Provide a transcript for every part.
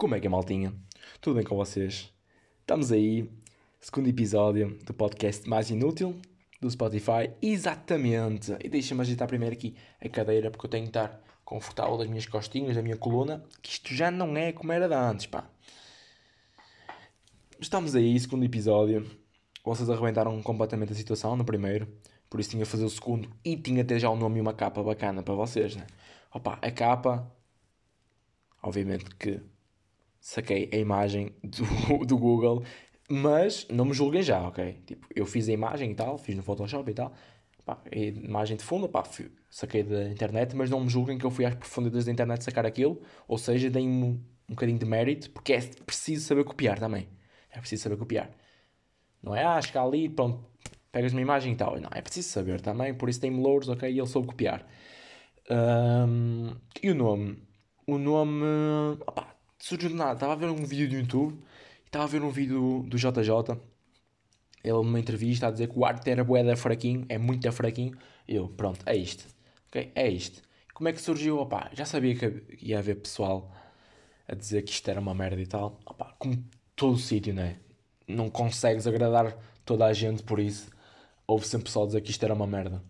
Como é que é, maltinha? Tudo bem com vocês? Estamos aí, segundo episódio do podcast mais inútil do Spotify. Exatamente! E deixa-me agitar primeiro aqui a cadeira, porque eu tenho que estar confortável das minhas costinhas, da minha coluna, que isto já não é como era de antes, pá. Estamos aí, segundo episódio. Vocês arrebentaram completamente a situação no primeiro, por isso tinha que fazer o segundo e tinha até já um nome e uma capa bacana para vocês, né? Opa, a capa, obviamente que saquei a imagem do Google, mas não me julguem já, ok? Tipo, eu fiz a imagem e tal, fiz no Photoshop e tal, pá, a imagem de fundo, pá, saquei da internet, mas não me julguem que eu fui às profundidades da internet sacar aquilo, ou seja, deem-me um bocadinho de mérito, porque é preciso saber copiar também. É preciso saber copiar. Não é, chegar ali, pronto, pegas uma imagem e tal. Não, é preciso saber também, por isso tem-me louros, ok? E ele soube copiar. E o nome? O nome. Opá, surgiu de nada. Estava a ver um vídeo do YouTube e estava a ver um vídeo do JJ. Ele numa entrevista a dizer que o arte era bué da fraquinho, é muito da fraquinho. E eu, pronto, é isto. Ok? É isto. Como é que surgiu? Opá, já sabia que ia haver pessoal a dizer que isto era uma merda e tal. Opá, como todo sítio, não é? Não consegues agradar toda a gente por isso. Houve sempre pessoal a dizer que isto era uma merda.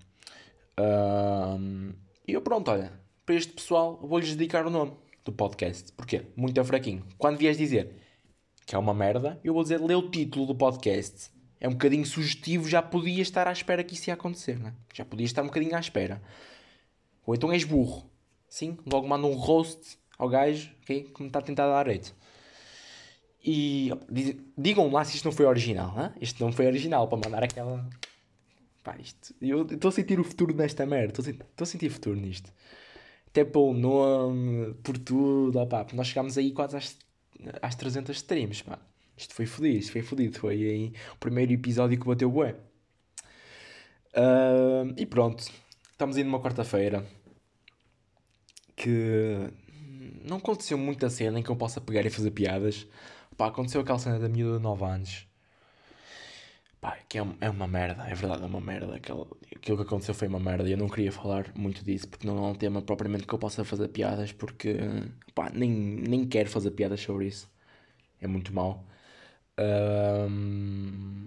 E eu pronto, olha, para este pessoal vou-lhes dedicar o nome do podcast. Porquê? Muito fraquinho. Quando vies dizer que é uma merda, eu vou dizer, lê o título do podcast. É um bocadinho sugestivo, já podia estar à espera que isso ia acontecer, né? Já podia estar um bocadinho à espera. Ou então és burro. Sim, logo manda um roast ao gajo, ok? Que me está a tentar dar areito. E digam lá se isto não foi original, hein? Isto não foi original, para mandar aquela... Pá, isto... Eu estou a sentir o futuro nesta merda. Estou a sentir futuro nisto. Até pelo nome, por tudo, opá, nós chegámos aí quase às 300 streams, pá. Isto foi fodido, foi aí o primeiro episódio que bateu bué. E pronto, estamos aí numa quarta-feira que não aconteceu muita cena em que eu possa pegar e fazer piadas. Pá, aconteceu aquela cena da miúda de 9 anos. Pá, que é uma merda, é verdade, é uma merda. Aquilo que aconteceu foi uma merda e eu não queria falar muito disso porque não é um tema propriamente que eu possa fazer piadas porque, pá, nem quero fazer piadas sobre isso. É muito mau. Ahm,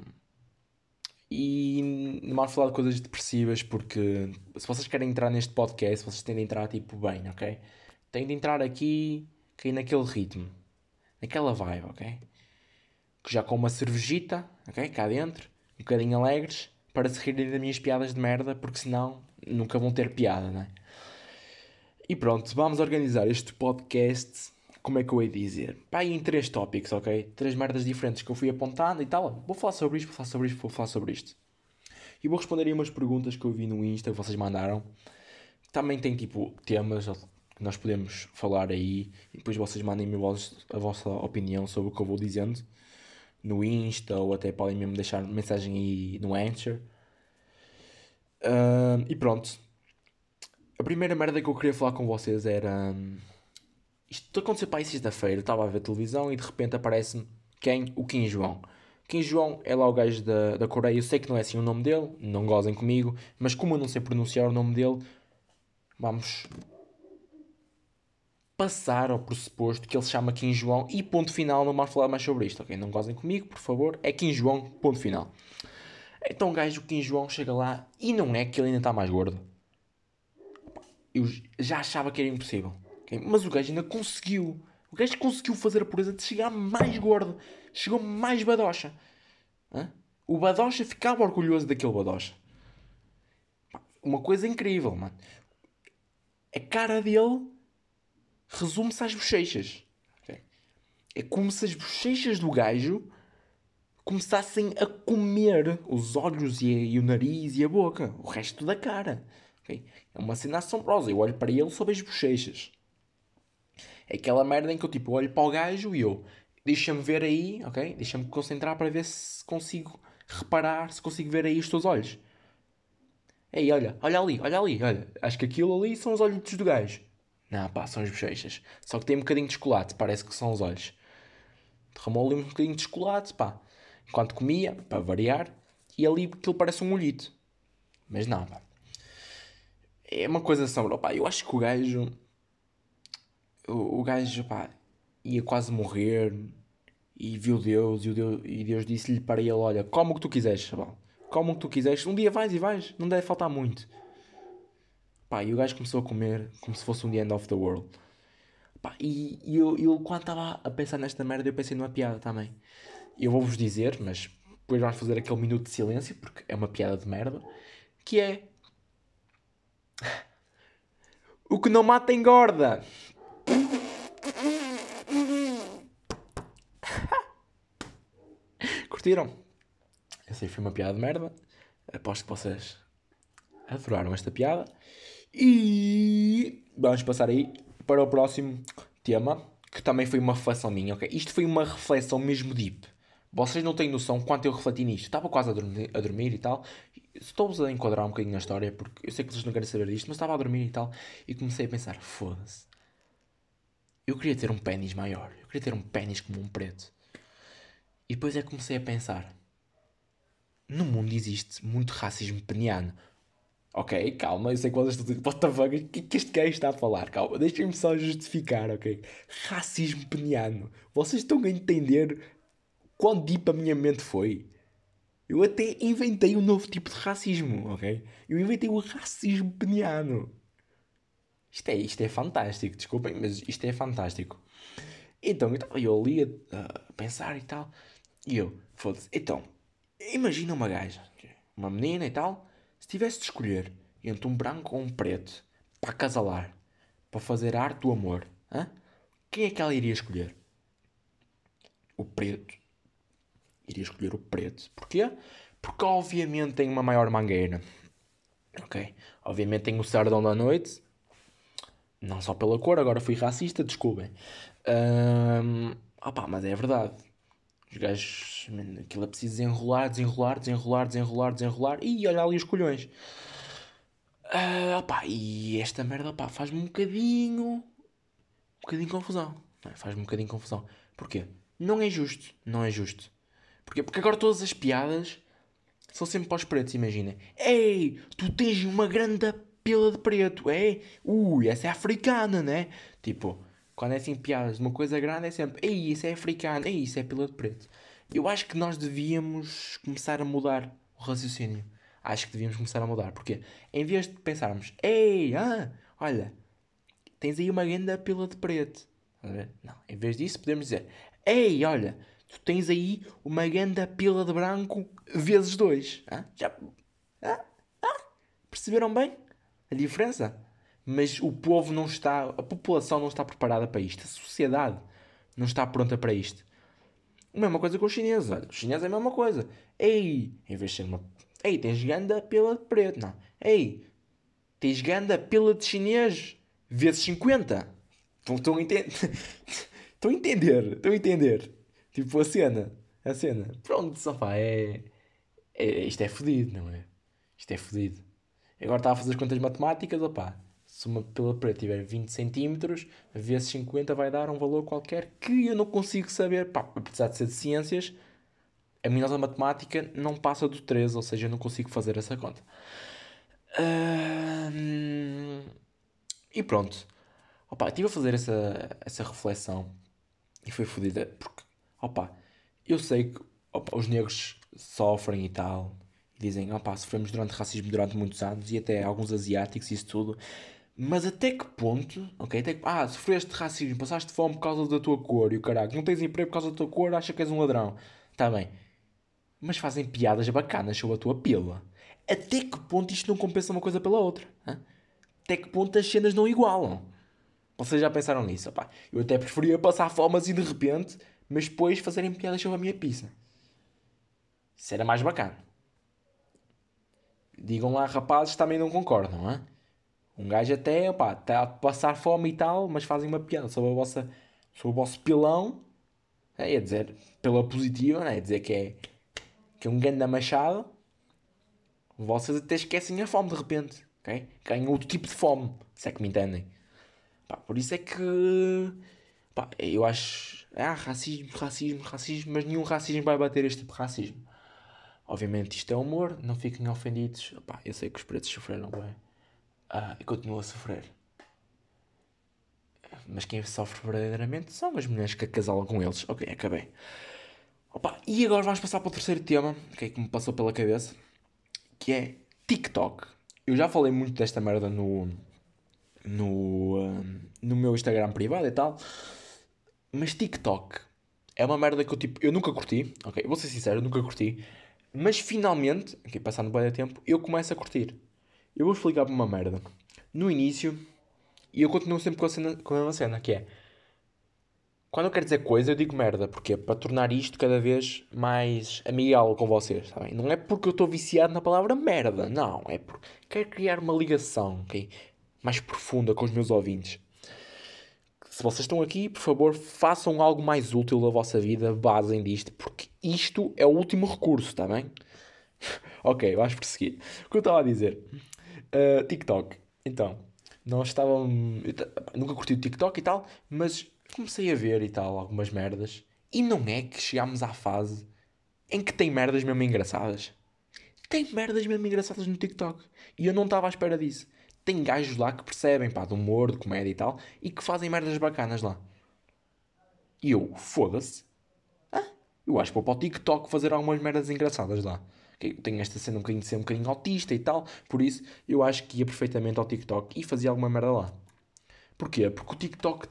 e não vamos falar de coisas depressivas porque se vocês querem entrar neste podcast, vocês têm de entrar tipo bem, ok? Têm de entrar aqui, cair naquele ritmo, naquela vibe, ok? Que já com uma cervejita, ok? Cá dentro, um bocadinho alegres, para se rirem das minhas piadas de merda, porque senão nunca vão ter piada, né? E pronto, vamos organizar este podcast. Como é que eu ia dizer? Pá, em 3 tópicos, ok? 3 merdas diferentes que eu fui apontando e tal. Vou falar sobre isto, vou falar sobre isto, vou falar sobre isto. E vou responder aí umas perguntas que eu vi no Insta que vocês mandaram. Também tem tipo temas que nós podemos falar aí. E depois vocês mandem-me a vossa opinião sobre o que eu vou dizendo no Insta ou até podem mesmo deixar mensagem aí no Anchor. E pronto. A primeira merda que eu queria falar com vocês era. Isto aconteceu para aí sexta-feira. Estava a ver televisão e de repente aparece-me quem? O Kim João. Kim João é lá o gajo da Coreia. Eu sei que não é assim o nome dele, não gozem comigo, mas como eu não sei pronunciar o nome dele, vamos passar ao pressuposto que ele se chama Kim João e ponto final, não vamos falar mais sobre isto, ok? Não gozem comigo, por favor. É Kim João, ponto final. Então o gajo, o Kim João, chega lá e não é que ele ainda está mais gordo. Eu já achava que era impossível. Okay? Mas o gajo ainda conseguiu. O gajo conseguiu fazer a proeza de chegar mais gordo. Chegou mais badocha. Hã? O badocha ficava orgulhoso daquele badocha. Uma coisa incrível, mano. A cara dele resume-se às bochechas. Okay? É como se as bochechas do gajo começassem a comer os olhos e o nariz e a boca. O resto da cara. Okay? É uma cena assombrosa. Eu olho para ele sob as bochechas. É aquela merda em que eu tipo olho para o gajo e eu deixa-me ver aí, ok? Deixa-me concentrar para ver se consigo reparar, se consigo ver aí os teus olhos. Ei, olha. Acho que aquilo ali são os olhos do gajo. Não, pá, são as bochechas. Só que tem um bocadinho de chocolate, parece que são os olhos. Derramou ali um bocadinho de chocolate, pá. Enquanto comia, para variar, e ali aquilo parece um molhito. Mas não, pá. É uma coisa assombrosa. Pá, eu acho que o gajo, pá, ia quase morrer e viu Deus e Deus disse-lhe para ele, olha, come o que tu quiseres, chaval. Come o que tu quiseres. Um dia vais e vais. Não deve faltar muito. Pá, e o gajo começou a comer como se fosse um the end of the world. Pá, eu quando estava a pensar nesta merda, eu pensei numa piada também. Eu vou-vos dizer, mas depois vamos fazer aquele minuto de silêncio, porque é uma piada de merda, que é... O que não mata engorda. Curtiram? Essa aí foi uma piada de merda. Aposto que vocês adoraram esta piada. E vamos passar aí para o próximo tema, que também foi uma reflexão minha, ok? Isto foi uma reflexão mesmo deep. Vocês não têm noção quanto eu refleti nisto. Estava quase a dormir e tal. Estou-vos a enquadrar um bocadinho na história, porque eu sei que vocês não querem saber disto, mas estava a dormir e tal. E comecei a pensar, foda-se. Eu queria ter um pênis maior. Eu queria ter um pênis como um preto. E depois é que comecei a pensar. No mundo existe muito racismo peniano. Ok, calma, eu sei que vocês estão a dizer, what the fuck, o que este gajo está a falar? Calma, deixem-me só justificar, ok? Racismo peniano. Vocês estão a entender quão deep a minha mente foi? Eu até inventei um novo tipo de racismo, ok? Eu inventei o racismo peniano. Isto é fantástico, desculpem, mas isto é fantástico. Então, eu estava eu ali a pensar e tal, e eu, foda-se, então, imagina uma gaja, uma menina e tal, se tivesse de escolher entre um branco ou um preto para acasalar, para fazer arte do amor, hã? Quem é que ela iria escolher? O preto. Iria escolher o preto. Porquê? Porque obviamente tem uma maior mangueira. Ok? Obviamente tem o sardão da noite. Não só pela cor, agora fui racista, desculpem. Opá, mas é verdade. Os gajos, man, aquilo é preciso desenrolar, desenrolar, desenrolar, desenrolar, desenrolar. E olha ali os colhões. Opá, e esta merda, opá, faz-me um bocadinho de confusão. Não é? Faz-me um bocadinho de confusão. Porquê? Não é justo. Não é justo. Porquê? Porque agora todas as piadas são sempre para os pretos, imaginem. Ei, tu tens uma grande pila de preto, é? Ui, essa é africana, né? Tipo, quando é assim piadas de uma coisa grande é sempre, ei, isso é africano, ei, isso é pila de preto. Eu acho que nós devíamos começar a mudar o raciocínio. Acho que devíamos começar a mudar, porque em vez de pensarmos, ei, olha, tens aí uma grande pila de preto. Não, em vez disso podemos dizer, ei, olha, tu tens aí uma grande pila de branco vezes dois. Já perceberam bem a diferença? Mas o povo não está, a população não está preparada para isto. A sociedade não está pronta para isto. A mesma coisa com os chineses. Olha, os chineses é a mesma coisa. Ei, em vez de ser uma... Ei, tens ganda pila de preto. Não. Ei, tens ganda pila de chinês vezes 50. Estão a entender? Estão a entender? Estão a entender? Tipo, a cena. A cena. Pronto, só pá, isto é fodido, não é? Isto é fodido. Agora estava a fazer as contas matemáticas, opá. Se uma pila preta tiver 20 centímetros, vezes 50 vai dar um valor qualquer que eu não consigo saber. Pá, apesar de ser de ciências, a minha nota matemática não passa do 13, ou seja, eu não consigo fazer essa conta. E pronto. Opa, estive a fazer essa reflexão e foi fodida porque, opa, eu sei que opa, os negros sofrem e tal. Dizem, opa, sofremos durante racismo durante muitos anos e até alguns asiáticos e isso tudo. Mas até que ponto, ok? Sofreste racismo, passaste fome por causa da tua cor e o caralho, não tens emprego por causa da tua cor, acha que és um ladrão. Está bem. Mas fazem piadas bacanas sobre a tua pila. Até que ponto isto não compensa uma coisa pela outra? Hã? Até que ponto as cenas não igualam? Vocês já pensaram nisso? Opá, eu até preferia passar fome assim de repente, mas depois fazerem piadas sobre a minha pizza. Isso era mais bacana. Digam lá, rapazes, também não concordam, hã? Um gajo até, opá, está a passar fome e tal, mas fazem uma piada sobre o vosso pilão. É dizer, pela positiva, não é? Dizer que é um ganda machado. Vocês até esquecem a fome de repente, ok? Ganham outro tipo de fome, se é que me entendem. Pá, por isso é que, pá, eu acho, racismo, racismo, racismo, mas nenhum racismo vai bater este tipo de racismo. Obviamente isto é humor, não fiquem ofendidos. Pá, eu sei que os pretos sofreram bem. E continuam a sofrer. mas quem sofre verdadeiramente são as mulheres que acasalam com eles. Ok, acabei. Opa, e agora vamos passar para o terceiro tema, que me passou pela cabeça, que é TikTok. Eu já falei muito desta merda no meu Instagram privado e tal, mas TikTok é uma merda que eu nunca curti, ok? Vou ser sincero, eu nunca curti, mas finalmente, ok, passando bem tempo, eu começo a curtir. Eu vou explicar uma merda. No início, e eu continuo sempre com a mesma cena, que é, quando eu quero dizer coisa, eu digo merda, porque é para tornar isto cada vez mais amigável com vocês, tá bem? Não é porque eu estou viciado na palavra merda, não, é porque quero criar uma ligação, ok? Mais profunda com os meus ouvintes. Se vocês estão aqui, por favor, façam algo mais útil da vossa vida, basem disto, porque isto é o último recurso, está bem? Ok, vamos prosseguir. O que eu estava a dizer? TikTok. Então, nós estávamos. Nunca curti o TikTok e tal, mas comecei a ver e tal, algumas merdas. E não é que chegámos à fase em que tem merdas mesmo engraçadas. Tem merdas mesmo engraçadas no TikTok. E eu não estava à espera disso. Tem gajos lá que percebem, pá, de humor, de comédia e tal, e que fazem merdas bacanas lá. E eu, foda-se. Eu acho que vou para o TikTok fazer algumas merdas engraçadas lá. Eu tenho esta cena um bocadinho de ser um bocadinho autista e tal, por isso eu acho que ia perfeitamente ao TikTok e fazia alguma merda lá. Porquê? Porque o TikTok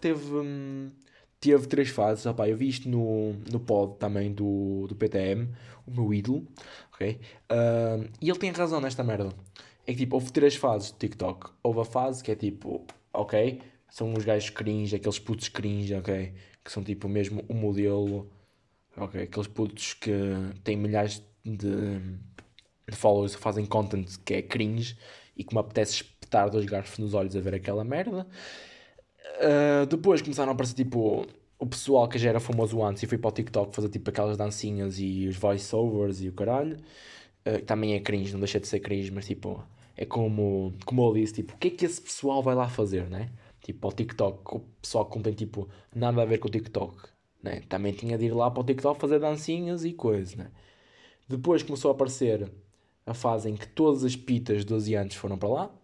teve três fases. Opá, eu vi isto no pod também do PTM, o meu ídolo, ok? E ele tem razão nesta merda. É que tipo, houve três fases de TikTok. Houve a fase que é tipo, ok, são os gajos cringe, aqueles putos cringe, ok? Que são tipo mesmo o modelo, ok? Aqueles putos que têm milhares de followers que fazem content que é cringe e que me apetece espetar dois garfos nos olhos a ver aquela merda. Depois começaram a aparecer tipo o pessoal que já era famoso antes e foi para o TikTok fazer tipo aquelas dancinhas e os voiceovers e o caralho. Também é cringe, não deixa de ser cringe, mas tipo, é como eu disse, tipo, o que é que esse pessoal vai lá fazer, né? Tipo, ao TikTok, o pessoal que não tem tipo nada a ver com o TikTok, né? Também tinha de ir lá para o TikTok fazer dancinhas e coisas, né? Depois começou a aparecer a fase em que todas as pitas de 12 anos foram para lá.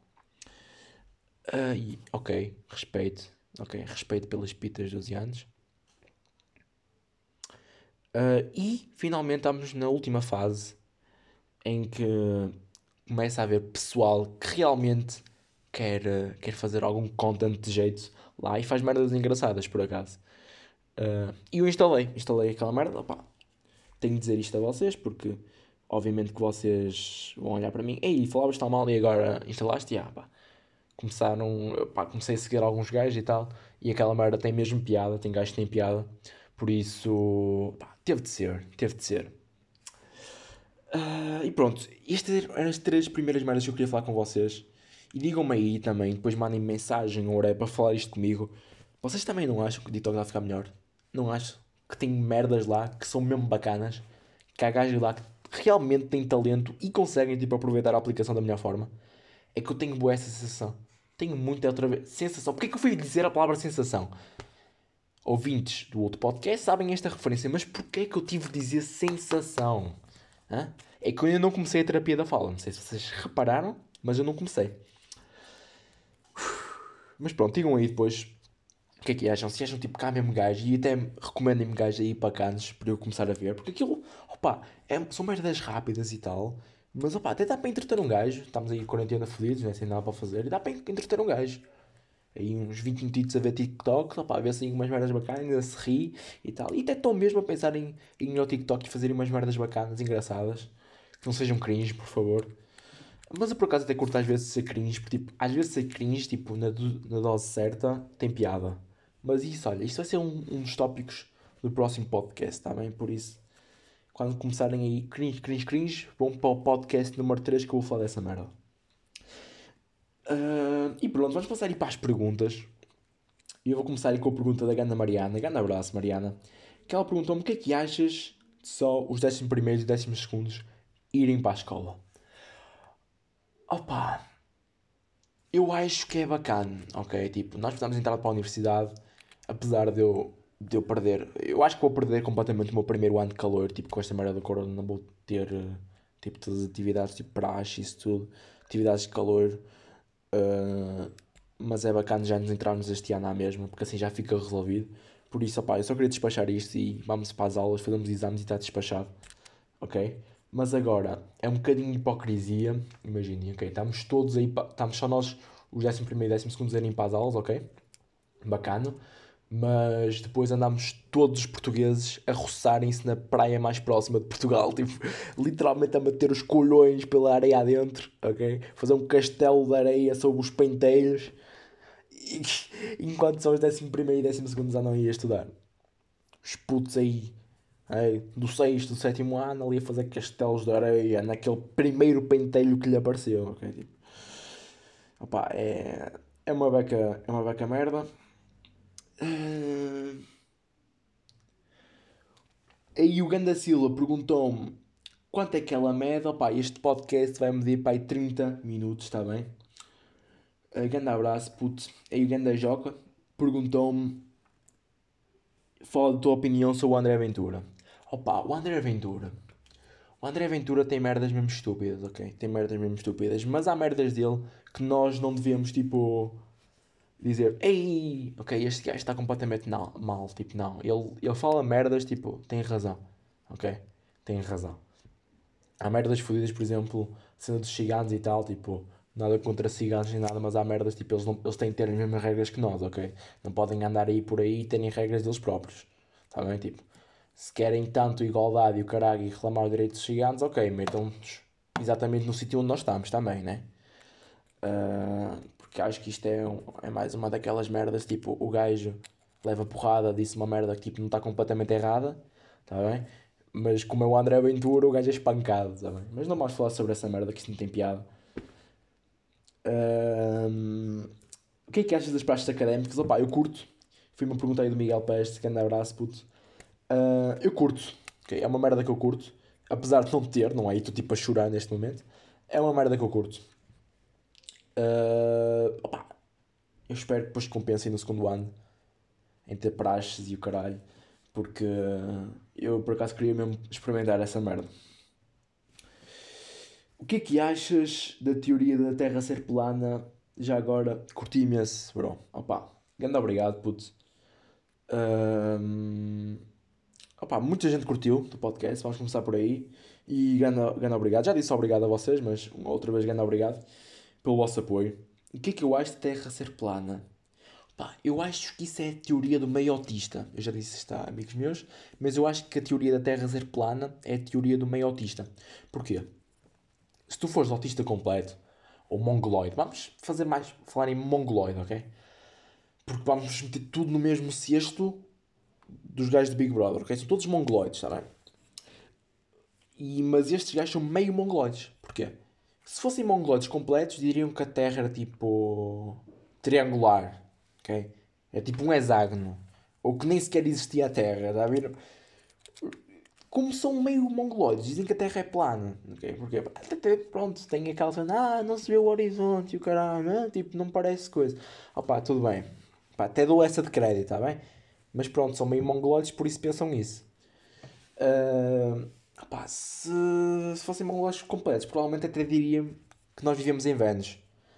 Ok, respeito. Ok, respeito pelas pitas de 12 anos. E finalmente estamos na última fase em que começa a haver pessoal que realmente quer fazer algum content de jeito lá e faz merdas engraçadas, por acaso. E eu instalei aquela merda. Opá, tenho de dizer isto a vocês porque obviamente que vocês vão olhar para mim. Ei, falavas tão mal e agora instalaste? Pá. Comecei a seguir alguns gajos e tal, e aquela merda tem mesmo piada, tem gajos que têm piada, por isso, pá, teve de ser, teve de ser. E pronto, estas eram as três primeiras merdas que eu queria falar com vocês. E digam-me aí também, depois mandem wmensagem ou é para falar isto comigo. Vocês também não acham que o TikTok vai ficar melhor? Não acham que tem merdas lá que são mesmo bacanas? Que há gajos lá que realmente têm talento e conseguem tipo, aproveitar a aplicação da melhor forma? É que eu tenho boa essa sensação. Tenho muita outra vez. Sensação. Porquê que eu fui dizer a palavra sensação? Ouvintes do outro podcast sabem esta referência, mas porquê que eu tive de dizer sensação? Hã? É que eu ainda não comecei a terapia da fala. Não sei se vocês repararam, mas eu não comecei. Mas pronto, digam aí depois o que é que acham. Se acham tipo cá mesmo gajo e até recomendem-me gajos aí bacanas para eu começar a ver. Porque aquilo, opa, são merdas rápidas e tal. Mas opa, até dá para entreter um gajo. Estamos aí em quarentena feliz, não é sem nada para fazer. E dá para entreter um gajo. Aí uns 20 minutitos a ver TikTok, opa, a ver assim umas merdas bacanas, a se rir e tal. E até estou mesmo a pensar em ir ao TikTok e fazer umas merdas bacanas, engraçadas. Que não sejam cringe, por favor. Mas eu por acaso até curto às vezes ser cringe, porque tipo, às vezes ser cringe, tipo, na dose certa, tem piada. Mas isso, olha, isto vai ser um dos tópicos do próximo podcast, está bem? Por isso, quando começarem aí cringe, cringe, cringe, vão para o podcast número 3 que eu vou falar dessa merda. E pronto, vamos passar aí para as perguntas. E eu vou começar aí com a pergunta da Ganda Mariana. Grande abraço, Mariana. Que ela perguntou-me o que é que achas de só os 11º e 12º irem para a escola? Opa, eu acho que é bacana, ok? Tipo, nós precisamos entrar para a universidade, apesar de eu perder. Eu acho que vou perder completamente o meu primeiro ano de calor, tipo, com esta merda do corona, não vou ter, tipo, todas as atividades, tipo, praxe, isso tudo, atividades de calor. mas é bacana já nos entrarmos este ano à mesma, porque assim já fica resolvido. Por isso, opá, eu só queria despachar isto e vamos para as aulas, fazemos exames e está despachado, ok? Mas agora, é um bocadinho de hipocrisia, imaginem, ok? Estamos todos aí, estamos só nós, os 11º e 12º a irem para as aulas, ok? Bacana. Mas depois andámos todos os portugueses a roçarem-se na praia mais próxima de Portugal, tipo, literalmente a meter os colhões pela areia adentro, ok? Fazer um castelo de areia sobre os penteiros, e, enquanto só os 11º e 12º andam aí a estudar. Os putos aí, do 6º, do 7º ano, ali a fazer castelos de areia naquele primeiro pentelho que lhe apareceu, ok? Tipo, opá, é uma beca merda. Uh, Aí o Ganda Silva perguntou-me quanto é que ela mede. Opá, este podcast vai medir para aí 30 minutos, está bem? Grande abraço, puto. Aí o Ganda Joca perguntou-me, fala da tua opinião sobre o André Ventura. Opa, o André Ventura tem merdas mesmo estúpidas, ok? Tem merdas mesmo estúpidas, mas há merdas dele que nós não devemos, tipo, dizer, ei, ok, este gajo está completamente mal, tipo, não. Ele fala merdas, tipo, tem razão, ok? Tem razão. Há merdas fodidas, por exemplo, cena dos ciganos e tal, tipo, nada contra ciganos nem nada, mas há merdas, tipo, eles têm que ter as mesmas regras que nós, ok? Não podem andar aí por aí e terem regras deles próprios, está bem? Tipo, se querem tanto igualdade e o caralho e reclamar os direitos dos ciganos, ok, metam-nos exatamente no sítio onde nós estamos também, né? Porque acho que isto é mais uma daquelas merdas, tipo, o gajo leva porrada, disse uma merda que tipo, não está completamente errada, está bem? Mas como é o André Ventura, o gajo é espancado, está bem? Mas não vamos falar sobre essa merda, que isto não tem piada. Ahm, o que é que achas das praxes académicas? Opá, eu curto. Foi uma pergunta aí do Miguel Peste, grande abraço, puto. Eu curto, ok? É uma merda que eu curto. Apesar de não ter, não é? E estou tipo a chorar neste momento. É uma merda que eu curto. Opá, eu espero que depois compensem no segundo ano em ter praxes e o caralho, porque eu por acaso queria mesmo experimentar essa merda. O que é que achas da teoria da Terra ser plana? Já agora, curti imenso, bro. Opa, grande obrigado, puto. Ahm, Opa, muita gente curtiu do podcast, vamos começar por aí. E grande obrigado. Já disse obrigado a vocês, mas uma outra vez grande obrigado pelo vosso apoio. O que é que eu acho de Terra ser plana? Pá, eu acho que isso é a teoria do meio autista. Eu já disse isto a amigos meus, mas eu acho que a teoria da Terra ser plana é a teoria do meio autista. Porquê? Se tu fores autista completo, ou mongoloide, vamos fazer mais, falar em mongoloide, ok? Porque vamos meter tudo no mesmo cesto dos gajos de Big Brother, ok? São todos mongoloides, está bem? Mas estes gajos são meio mongoloides. Porquê? Se fossem mongoloides completos, diriam que a Terra era tipo triangular, ok? É tipo um hexágono. Ou que nem sequer existia a Terra, está a ver? Como são meio mongoloides, dizem que a Terra é plana, ok? Porque, até, pronto, tem aquela cena, não se vê o horizonte e o caralho, tipo, não parece coisa. Opá, tudo bem. Pá, até dou essa de crédito, está bem? Mas pronto, são meio mongoloides, por isso pensam isso. Ah, opá, se fossem mongoloides completos, provavelmente até diria que nós vivemos em Vênus.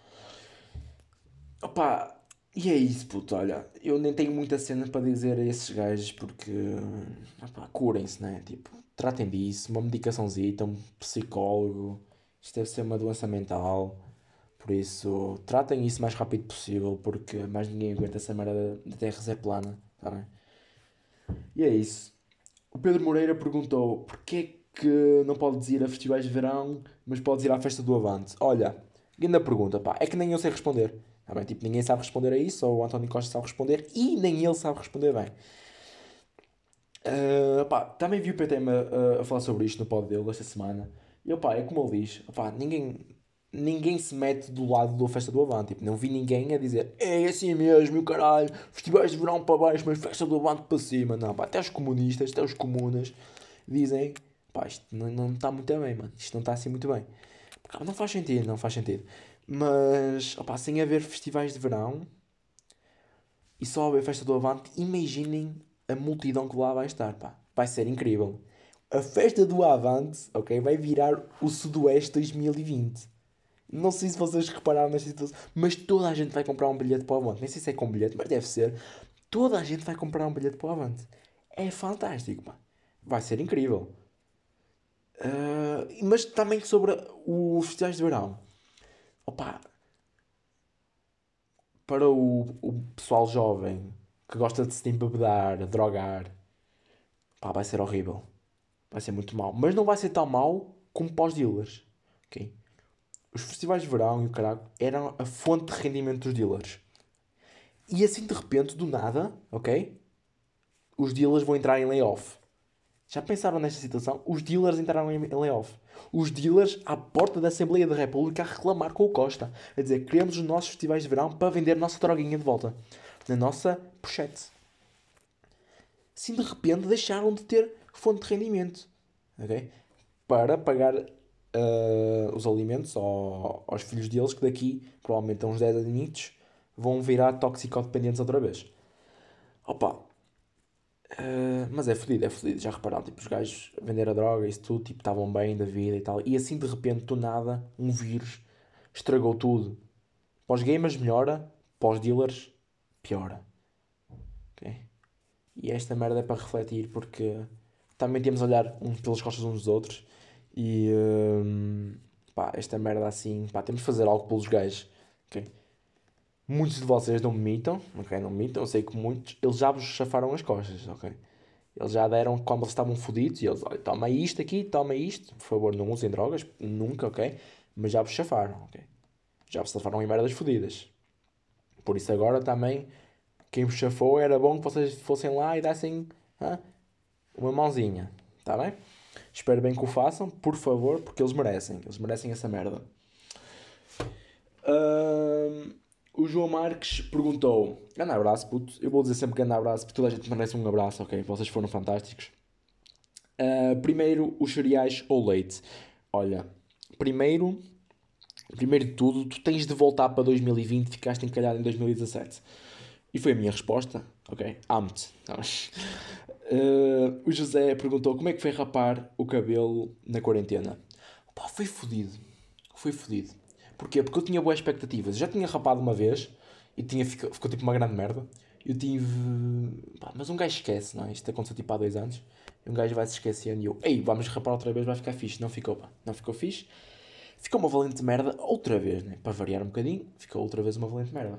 Opa, e é isso, puto, olha, eu nem tenho muita cena para dizer a esses gajos porque, opá, curem-se, né? Tipo, tratem disso, uma medicaçãozita, um psicólogo, isto deve ser uma doença mental, por isso, tratem isso o mais rápido possível porque mais ninguém aguenta essa merda da Terra ser plana, tá bem? E é isso. O Pedro Moreira perguntou porquê é que não podes ir a festivais de verão, mas podes ir à festa do Avante? Olha, grande pergunta, pá, é que nem eu sei responder. Tá bem? Tipo, ninguém sabe responder a isso, só o António Costa sabe responder e nem ele sabe responder bem. Pá, também vi o PT a falar sobre isto no pod dele esta semana. E opá, é como ele diz, opá, ninguém se mete do lado da festa do Avante. Tipo, não vi ninguém a dizer é assim mesmo, meu caralho, festivais de verão para baixo, mas festa do Avante para cima. Não, pá, até os comunistas, até os comunas dizem, pá, isto não está muito bem, mano. Isto não está assim muito bem. Porque, não faz sentido, não faz sentido. Mas, opá, sem haver festivais de verão e só haver festa do Avante, imaginem a multidão que lá vai estar, pá. Vai ser incrível. A festa do Avante, ok, vai virar o Sudoeste 2020. Não sei se vocês repararam nesta situação, mas toda a gente vai comprar um bilhete para o Avante. Nem sei se é com bilhete, mas deve ser. Toda a gente vai comprar um bilhete para o Avante. É fantástico, pá. Vai ser incrível. Mas também sobre os festivais de verão. Opa, para o pessoal jovem que gosta de se embebedar, drogar, pá, vai ser horrível. Vai ser muito mau. Mas não vai ser tão mau como para os dealers. Ok? Os festivais de verão e o caralho eram a fonte de rendimento dos dealers. E assim de repente, do nada, ok? Os dealers vão entrar em layoff. Já pensaram nesta situação? Os dealers entraram em layoff. Os dealers à porta da Assembleia da República a reclamar com o Costa. A dizer, queremos os nossos festivais de verão para vender a nossa droguinha de volta. Na nossa pochete. Assim de repente deixaram de ter fonte de rendimento. Ok? Para pagar os alimentos aos filhos deles que daqui, provavelmente a uns 10 aninhos, vão virar toxicodependentes outra vez. Opa, mas é fodido, é fodido. Já repararam, tipo, os gajos a vender a droga e isso tudo, tipo, estavam bem da vida e tal. E assim, de repente, do nada, um vírus estragou tudo. Para os gamers melhora, para os dealers piora. Ok? E esta merda é para refletir, porque também temos a olhar uns pelas costas uns dos outros. E, pá, esta merda assim, pá, temos de fazer algo pelos gajos. Ok? Muitos de vocês não me mitam, ok? Não me mitam, eu sei que muitos, eles já vos chafaram as costas, ok? Eles já deram quando eles estavam fodidos e eles, olha, toma isto aqui, toma isto, por favor, não usem drogas, nunca, ok? Mas já vos chafaram, ok? Já vos chafaram em merdas fodidas. Por isso agora também, quem vos chafou era bom que vocês fossem lá e dessem uma mãozinha, tá bem? Espero bem que o façam, por favor, porque eles merecem essa merda. O João Marques perguntou: grande abraço, puto. Eu vou dizer sempre grande abraço, porque toda a gente merece um abraço, ok? Vocês foram fantásticos. Primeiro, os cereais ou leite. Olha, primeiro de tudo, tu tens de voltar para 2020, ficaste encalhado em 2017. E foi a minha resposta, ok? Amo-te. O José perguntou como é que foi rapar o cabelo na quarentena. Pá, foi fodido. Foi fodido. Porquê? Porque eu tinha boas expectativas. Já tinha rapado uma vez e ficou tipo uma grande merda. Eu tive. Pá, mas um gajo esquece, não é? Isto aconteceu tipo há 2 anos. E um gajo vai se esquecendo e eu, ei, vamos rapar outra vez, vai ficar fixe. Não ficou, pá. Não ficou fixe. Ficou uma valente merda outra vez, né? Para variar um bocadinho, ficou outra vez uma valente merda.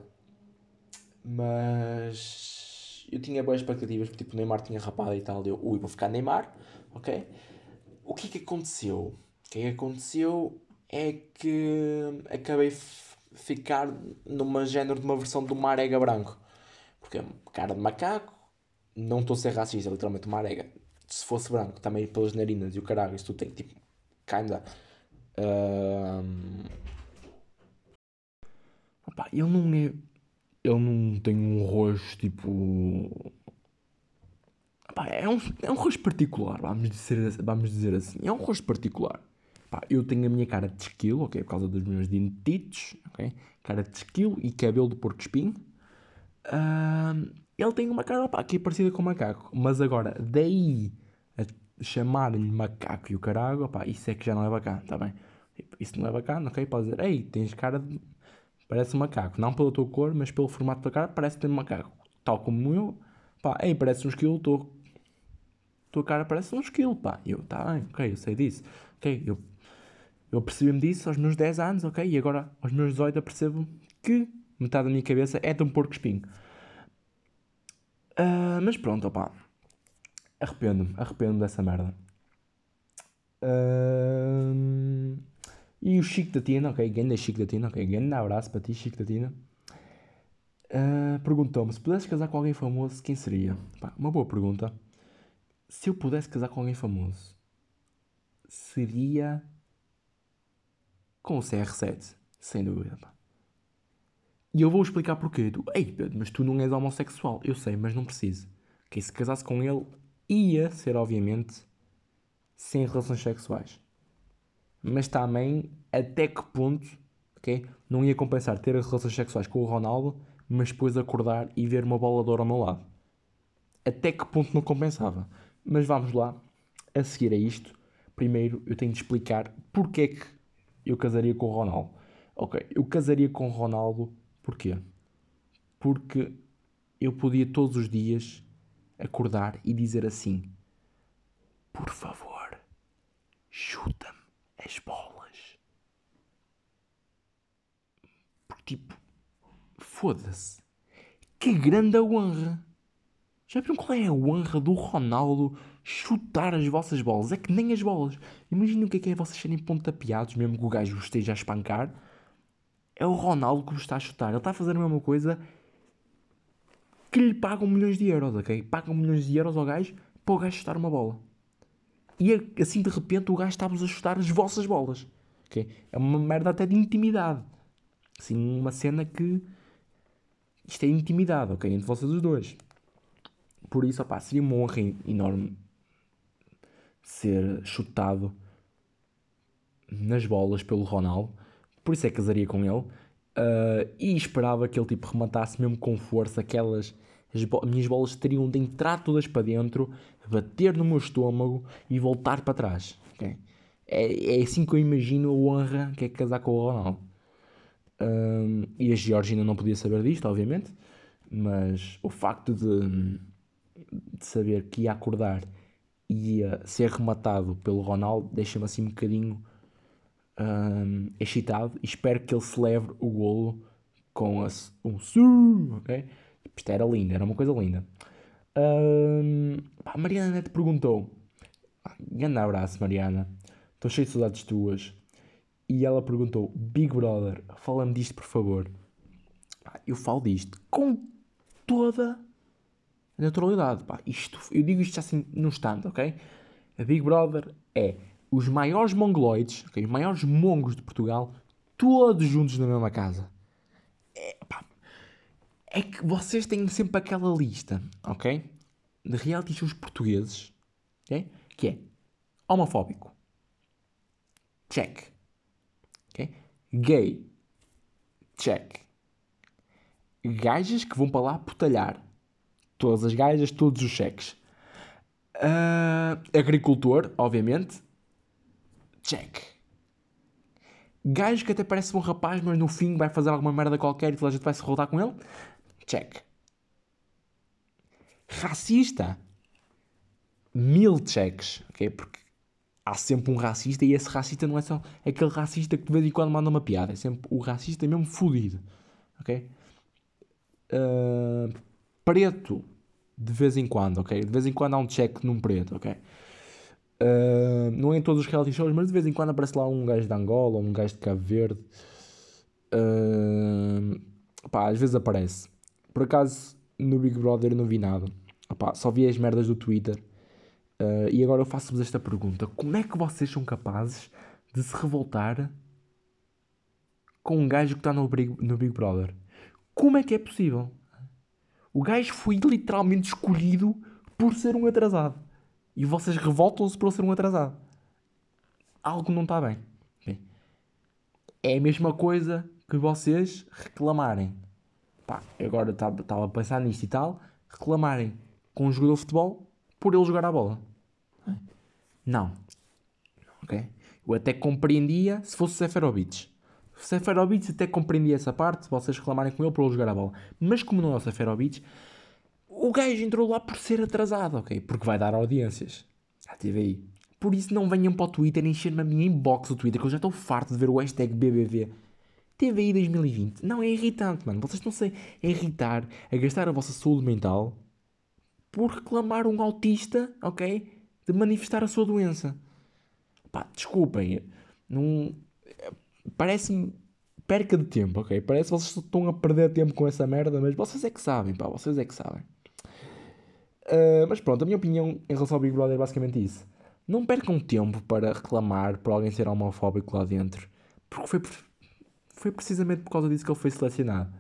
Mas eu tinha boas expectativas, porque tipo, o Neymar tinha rapado e tal. Eu, ui, vou ficar Neymar, ok? O que é que aconteceu? O que é que aconteceu é que acabei ficar numa género de uma versão do Marega branco. Porque é cara de macaco, não estou a ser racista, é literalmente uma arega. Se fosse branco, também pelas narinas e o caralho, isso tudo tem tipo, kinda. Um, opá, ele não é. Ele não tem um rosto tipo. Opá, é um rosto particular, vamos dizer assim. É um rosto particular. Pá, eu tenho a minha cara de esquilo, ok? Por causa dos meus dentitos, ok? Cara de esquilo e cabelo de porco-espinho. Ele tem uma cara, pá, aqui parecida com macaco. Mas agora, daí a chamar-lhe macaco e o caralho, pá, isso é que já não é bacana, tá bem? Tipo, isso não é bacana, ok? Pode dizer, ei, tens cara de. Parece um macaco. Não pela tua cor, mas pelo formato da cara, parece ter um macaco. Tal como eu, pá, ei, parece um esquilo, tua cara parece um esquilo, pá. E eu, tá bem, ok, eu sei disso. Ok, eu percebi-me disso aos meus 10 anos, ok? E agora, aos meus 18, eu percebo que metade da minha cabeça é de um porco-espinho. Mas pronto, opá. Arrependo-me dessa merda. Ahm, e o Chico da Tina, ok, grande Chico da Tina, ok, grande abraço para ti, Chico da Tina. Perguntou-me, se pudesses casar com alguém famoso, quem seria? Pá, uma boa pergunta. Se eu pudesse casar com alguém famoso, seria com o CR7, sem dúvida, pá. E eu vou explicar porquê. Tu, ei, Pedro, mas tu não és homossexual. Eu sei, mas não preciso. Ok, se casasse com ele, ia ser, obviamente, sem relações sexuais. Mas também, até que ponto, ok? Não ia compensar ter relações sexuais com o Ronaldo, mas depois acordar e ver uma bola de ouro ao meu lado. Até que ponto não compensava. Mas vamos lá, a seguir a isto, primeiro eu tenho de explicar porque é que eu casaria com o Ronaldo. Ok, eu casaria com o Ronaldo, porquê? Porque eu podia todos os dias acordar e dizer assim: por favor, chuta-me as bolas. Porque, tipo, foda-se. Que grande honra. Já viram qual é a honra do Ronaldo chutar as vossas bolas? É que nem as bolas. Imaginem o que é vocês serem pontapeados, mesmo que o gajo vos esteja a espancar. É o Ronaldo que vos está a chutar. Ele está a fazer a mesma coisa que lhe pagam milhões de euros, ok? Pagam milhões de euros ao gajo para o gajo chutar uma bola. E assim de repente o gajo está-vos a chutar as vossas bolas. Ok? É uma merda até de intimidade. Assim, uma cena que. Isto é intimidade, ok? Entre vocês os dois. Por isso, opá, seria uma honra enorme ser chutado nas bolas pelo Ronaldo. Por isso é que casaria com ele. E esperava que ele tipo rematasse mesmo com força aquelas. As minhas bolas teriam de entrar todas para dentro, bater no meu estômago e voltar para trás. Okay? É assim que eu imagino a honra que é casar com o Ronaldo. E a Georgina não podia saber disto, obviamente, mas o facto de saber que ia acordar e ia ser rematado pelo Ronaldo deixa-me assim um bocadinho excitado e espero que ele celebre o golo com um sim, ok? Isto era lindo, era uma coisa linda. A Mariana Neto perguntou: grande abraço, Mariana, estou cheio de saudades tuas. E ela perguntou: Big Brother, fala-me disto, por favor. Eu falo disto com toda a naturalidade. Pá. Eu digo isto assim num instante, ok? A Big Brother é os maiores mongoloides, okay? Os maiores mongos de Portugal, todos juntos na mesma casa. É que vocês têm sempre aquela lista, ok? De reality shows portugueses, ok? Que é homofóbico, check, ok? Gay, check. Gajas que vão para lá putalhar. Todas as gajas, todos os cheques. Agricultor, obviamente. Check. Gajo que até parece um rapaz, mas no fim vai fazer alguma merda qualquer e toda a gente vai se rodar com ele. Check. Racista. 1000 checks. Ok? Porque há sempre um racista e esse racista não é só aquele racista que de vez em quando manda uma piada. É sempre o racista mesmo fodido. Ok? Preto. De vez em quando, ok? De vez em quando há um check num preto, ok? Não é em todos os reality shows, mas de vez em quando aparece lá um gajo de Angola ou um gajo de Cabo Verde. Pá, às vezes aparece. Por acaso, no Big Brother eu não vi nada. Pá, só vi as merdas do Twitter. E agora eu faço-vos esta pergunta. Como é que vocês são capazes de se revoltar com um gajo que está no Big Brother? Como é que é possível? O gajo foi literalmente escolhido por ser um atrasado. E vocês revoltam-se por ser um atrasado. Algo não está bem. É a mesma coisa que vocês reclamarem. Pá, agora estava a pensar nisto e tal. Reclamarem com um jogador de futebol por ele jogar a bola. Não. Ok? Eu até compreendia se fosse o Seferovic. O Seferovic até compreendia essa parte, se vocês reclamarem com ele por ele jogar a bola. Mas como não é o Seferovic, o gajo entrou lá por ser atrasado, ok? Porque vai dar audiências à TVI. Por isso não venham para o Twitter encher-me a minha inbox do Twitter, que eu já estou farto de ver o hashtag BBV. TVI 2020. Não, é irritante, mano. Vocês estão-se a irritar, a gastar a vossa saúde mental por reclamar um autista, ok? De manifestar a sua doença. Pá, desculpem. Não... Parece-me perca de tempo, ok? Parece que vocês estão a perder tempo com essa merda, mas vocês é que sabem, pá. Vocês é que sabem. Mas pronto, a minha opinião em relação ao Big Brother é basicamente isso. Não percam tempo para reclamar por alguém ser homofóbico lá dentro. Porque foi precisamente por causa disso que ele foi selecionado.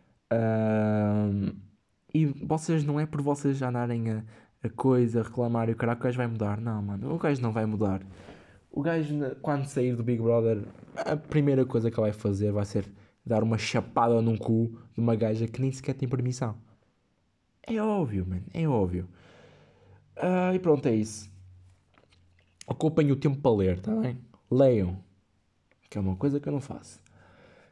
E vocês não é por vocês andarem a coisa, a reclamar e o caraca, o gajo vai mudar. Não, mano, o gajo não vai mudar. O gajo, quando sair do Big Brother, a primeira coisa que ele vai fazer vai ser dar uma chapada num cu de uma gaja que nem sequer tem permissão. É óbvio, mano, é óbvio. E pronto, é isso. Ocupem o tempo para ler, tá bem? Leiam, que é uma coisa que eu não faço.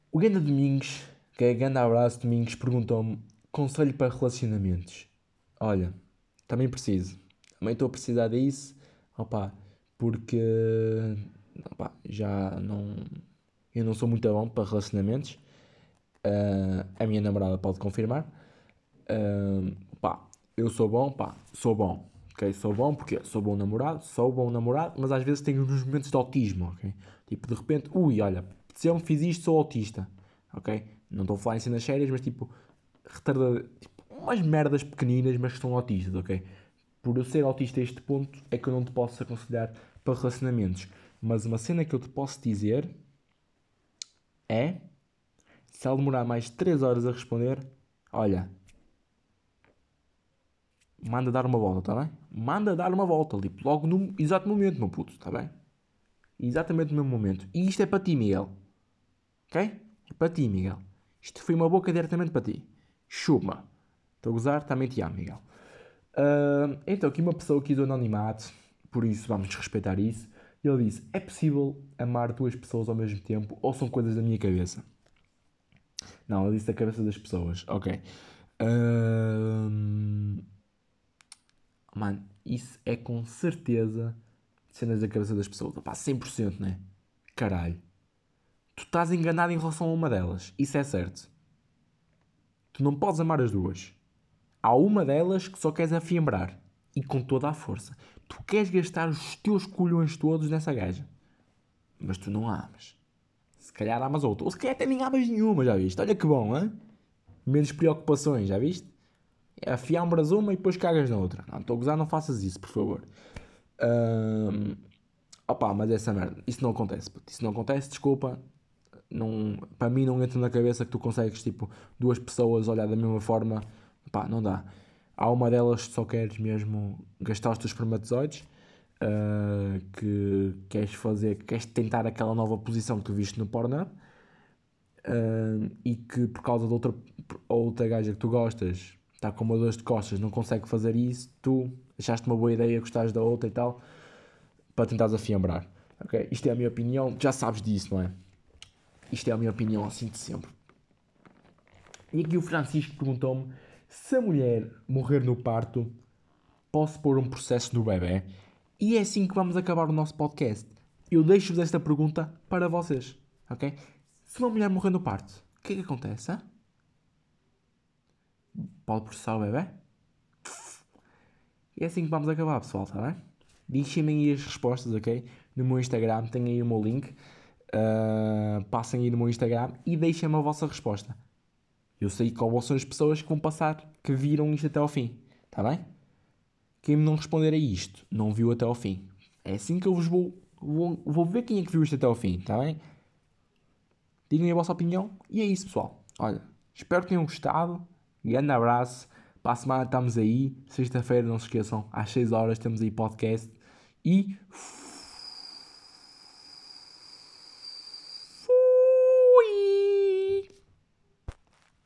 O Ganda Domingos, que é Ganda Abraço Domingos, perguntou-me conselho para relacionamentos. Olha, também preciso. Também estou a precisar disso. Opa, porque opa, já não... Eu não sou muito bom para relacionamentos. A minha namorada pode confirmar. Pá, eu sou bom, pá, sou bom. Ok? Sou bom porque sou bom namorado, mas às vezes tenho uns momentos de autismo, ok? Tipo, de repente, olha, se eu me fiz isto, sou autista, ok? Não estou a falar em cenas sérias, mas tipo, retardado, tipo, umas merdas pequeninas, mas que são autistas, ok? Por eu ser autista a este ponto, é que eu não te posso aconselhar para relacionamentos. Mas uma cena que eu te posso dizer é, se ela demorar mais de 3 horas a responder, olha, manda dar uma volta, está bem? Manda dar uma volta, tipo, logo no exato momento, meu puto, está bem? Exatamente no mesmo momento. E isto é para ti, Miguel. Ok? É para ti, Miguel. Isto foi uma boca diretamente para ti. Chupa. Estou a gozar, também te amo, Miguel. Então, aqui uma pessoa quis o anonimato, por isso vamos desrespeitar isso. E ele disse: é possível amar duas pessoas ao mesmo tempo ou são coisas da minha cabeça? Não, ele disse da cabeça das pessoas. Ok. Mano, isso é com certeza cenas da cabeça das pessoas. Opá, 100%, né? Caralho. Tu estás enganado em relação a uma delas. Isso é certo. Tu não podes amar as duas. Há uma delas que só queres afiembrar. E com toda a força. Tu queres gastar os teus colhões todos nessa gaja. Mas tu não a amas. Se calhar amas outra. Ou se calhar até nem amas nenhuma, já viste? Olha que bom, hein? Menos preocupações, já viste? Afiambras uma e depois cagas na outra. Não, estou a gozar, não faças isso, por favor. Opa, mas essa merda, isso não acontece, puto. Isso não acontece, desculpa. Não, para mim não entra na cabeça que tu consegues, tipo, duas pessoas olhar da mesma forma. Pá, não dá. Há uma delas que só queres mesmo gastar os teus espermatozoides, que queres fazer, que queres tentar aquela nova posição que tu viste no Pornhub, e que por causa de outra gaja que tu gostas, está com uma dor de costas, não consegue fazer isso, tu achaste uma boa ideia, gostares da outra e tal, para tentares afiembrar. Ok? Isto é a minha opinião, já sabes disso, não é? Isto é a minha opinião assim de sempre. E aqui o Francisco perguntou-me: se a mulher morrer no parto, posso pôr um processo no bebê? E é assim que vamos acabar o nosso podcast. Eu deixo-vos esta pergunta para vocês, ok? Se uma mulher morrer no parto, o que é que acontece? Hein? Pode processar o bebê? E é assim que vamos acabar, pessoal, está bem? Deixem-me aí as respostas, ok? No meu Instagram, tem aí o meu link. Passem aí no meu Instagram e deixem-me a vossa resposta. Eu sei qual são as pessoas que vão passar, que viram isto até ao fim. Está bem? Quem me não responder a isto, não viu até ao fim. É assim que eu vos vou ver quem é que viu isto até ao fim. Está bem? Digam a vossa opinião. E é isso, pessoal. Olha, espero que tenham gostado. Grande abraço. Para a semana estamos aí. Sexta-feira, não se esqueçam, às 6 horas temos aí podcast. E